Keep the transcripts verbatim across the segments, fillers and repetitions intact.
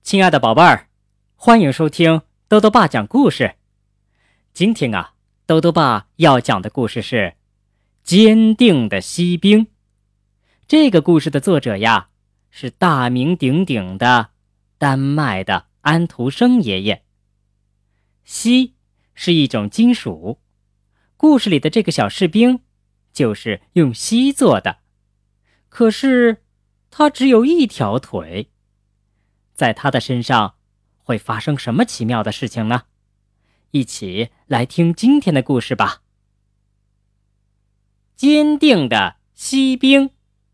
亲爱的宝贝儿，欢迎收听豆豆爸讲故事。今天啊，豆豆爸要讲的故事是《坚定的锡兵》。这个故事的作者呀，是大名鼎鼎的丹麦的安徒生爷爷。锡是一种金属，故事里的这个小士兵就是用锡做的，可是他只有一条腿。在他的身上会发生什么奇妙的事情呢？一起来听今天的故事吧。坚定的锡兵。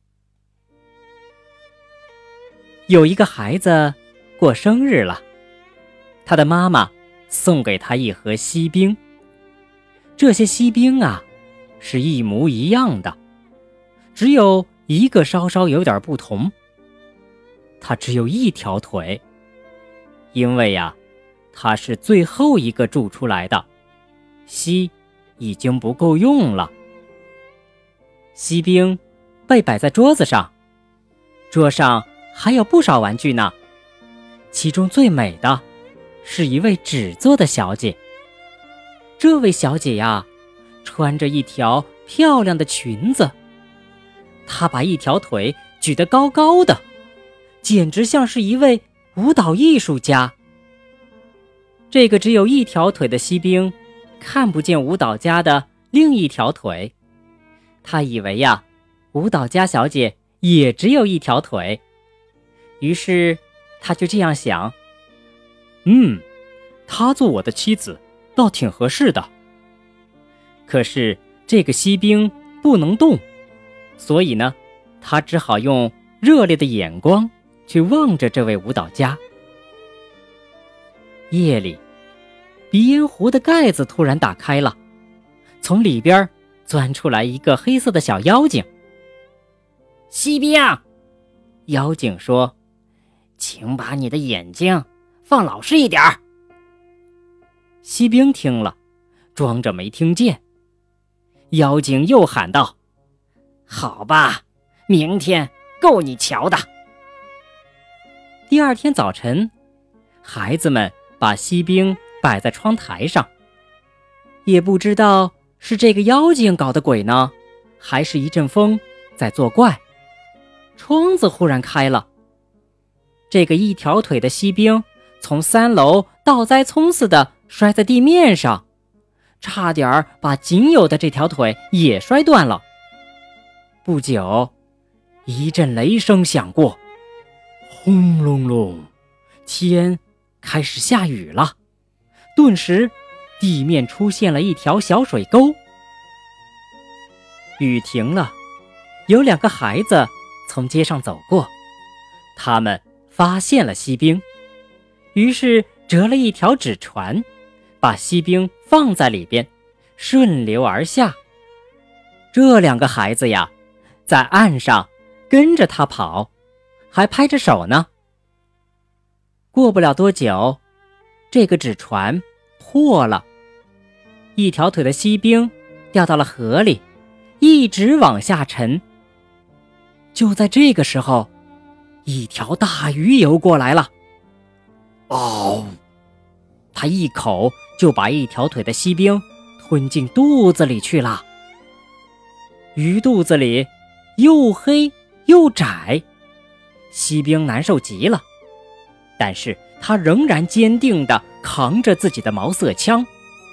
有一个孩子过生日了，他的妈妈送给他一盒锡兵。这些锡兵啊，是一模一样的，只有一个稍稍有点不同。他只有一条腿，因为呀、啊，他是最后一个铸出来的，锡已经不够用了。锡兵被摆在桌子上，桌上还有不少玩具呢，其中最美的是一位纸做的小姐。这位小姐呀，穿着一条漂亮的裙子，她把一条腿举得高高的，简直像是一位舞蹈艺术家。这个只有一条腿的锡兵看不见舞蹈家的另一条腿，他以为呀，舞蹈家小姐也只有一条腿，于是他就这样想：嗯，她做我的妻子倒挺合适的。可是这个锡兵不能动，所以呢，他只好用热烈的眼光去望着这位舞蹈家。夜里，鼻烟壶的盖子突然打开了，从里边钻出来一个黑色的小妖精。锡兵，妖精说，请把你的眼睛放老实一点儿。锡兵听了，装着没听见。妖精又喊道，好吧，明天够你瞧的。第二天早晨，孩子们把锡兵摆在窗台上，也不知道是这个妖精搞的鬼呢，还是一阵风在作怪。窗子忽然开了，这个一条腿的锡兵从三楼倒栽葱似的摔在地面上，差点把仅有的这条腿也摔断了。不久，一阵雷声响过，轰隆隆，天开始下雨了，顿时地面出现了一条小水沟。雨停了，有两个孩子从街上走过，他们发现了锡兵，于是折了一条纸船，把锡兵放在里边，顺流而下。这两个孩子呀，在岸上跟着他跑，还拍着手呢。过不了多久，这个纸船破了，一条腿的锡兵掉到了河里，一直往下沉。就在这个时候，一条大鱼游过来了。哦，他一口就把一条腿的锡兵吞进肚子里去了。鱼肚子里又黑又窄，锡兵难受极了，但是他仍然坚定地扛着自己的毛瑟枪。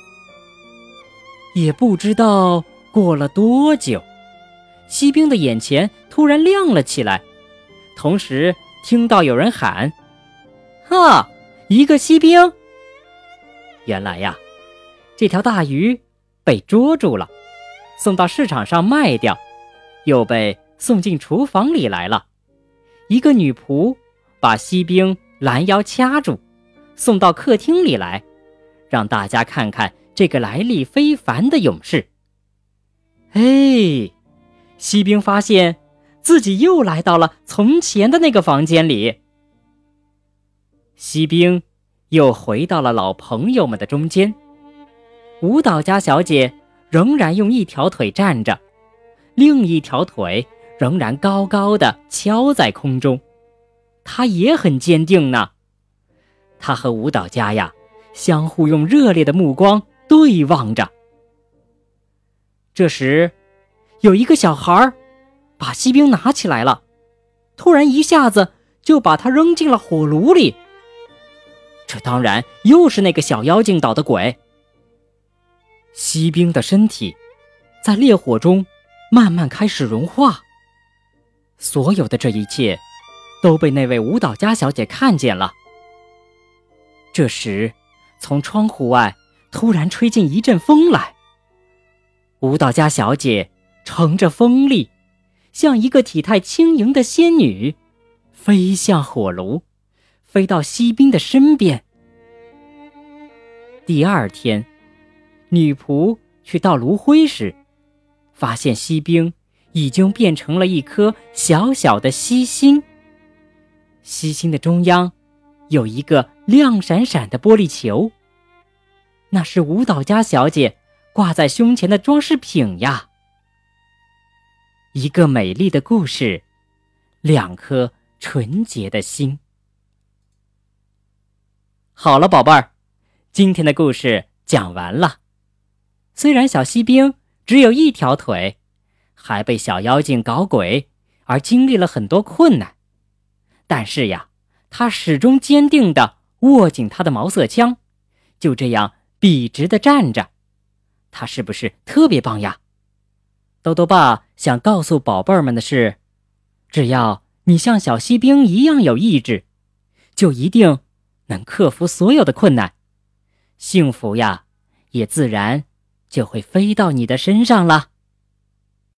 也不知道过了多久，锡兵的眼前突然亮了起来，同时听到有人喊，哈，一个锡兵。原来呀，这条大鱼被捉住了，送到市场上卖掉，又被送进厨房里来了。一个女仆把锡兵拦腰掐住，送到客厅里来，让大家看看这个来历非凡的勇士。嘿，锡兵发现自己又来到了从前的那个房间里。锡兵又回到了老朋友们的中间，舞蹈家小姐仍然用一条腿站着，另一条腿仍然高高的敲在空中，她也很坚定呢。 他和舞蹈家呀，相互用热烈的目光对望着。这时，有一个小孩把锡兵拿起来了，突然一下子就把它扔进了火炉里。这当然又是那个小妖精捣的鬼。锡兵的身体在烈火中慢慢开始融化，所有的这一切都被那位舞蹈家小姐看见了。这时，从窗户外突然吹进一阵风来，舞蹈家小姐乘着风力，像一个体态轻盈的仙女，飞向火炉，飞到锡兵的身边。第二天，女仆去倒炉灰时，发现锡兵已经变成了一颗小小的锡星。锡星的中央有一个亮闪闪的玻璃球，那是舞蹈家小姐挂在胸前的装饰品呀。一个美丽的故事，两颗纯洁的心。好了，宝贝儿，今天的故事讲完了。虽然小锡兵只有一条腿，还被小妖精搞鬼，而经历了很多困难，但是呀，他始终坚定地握紧他的毛瑟枪，就这样笔直地站着。他是不是特别棒呀？豆豆爸想告诉宝贝儿们的是，只要你像小锡兵一样有意志，就一定能克服所有的困难，幸福呀，也自然就会飞到你的身上了。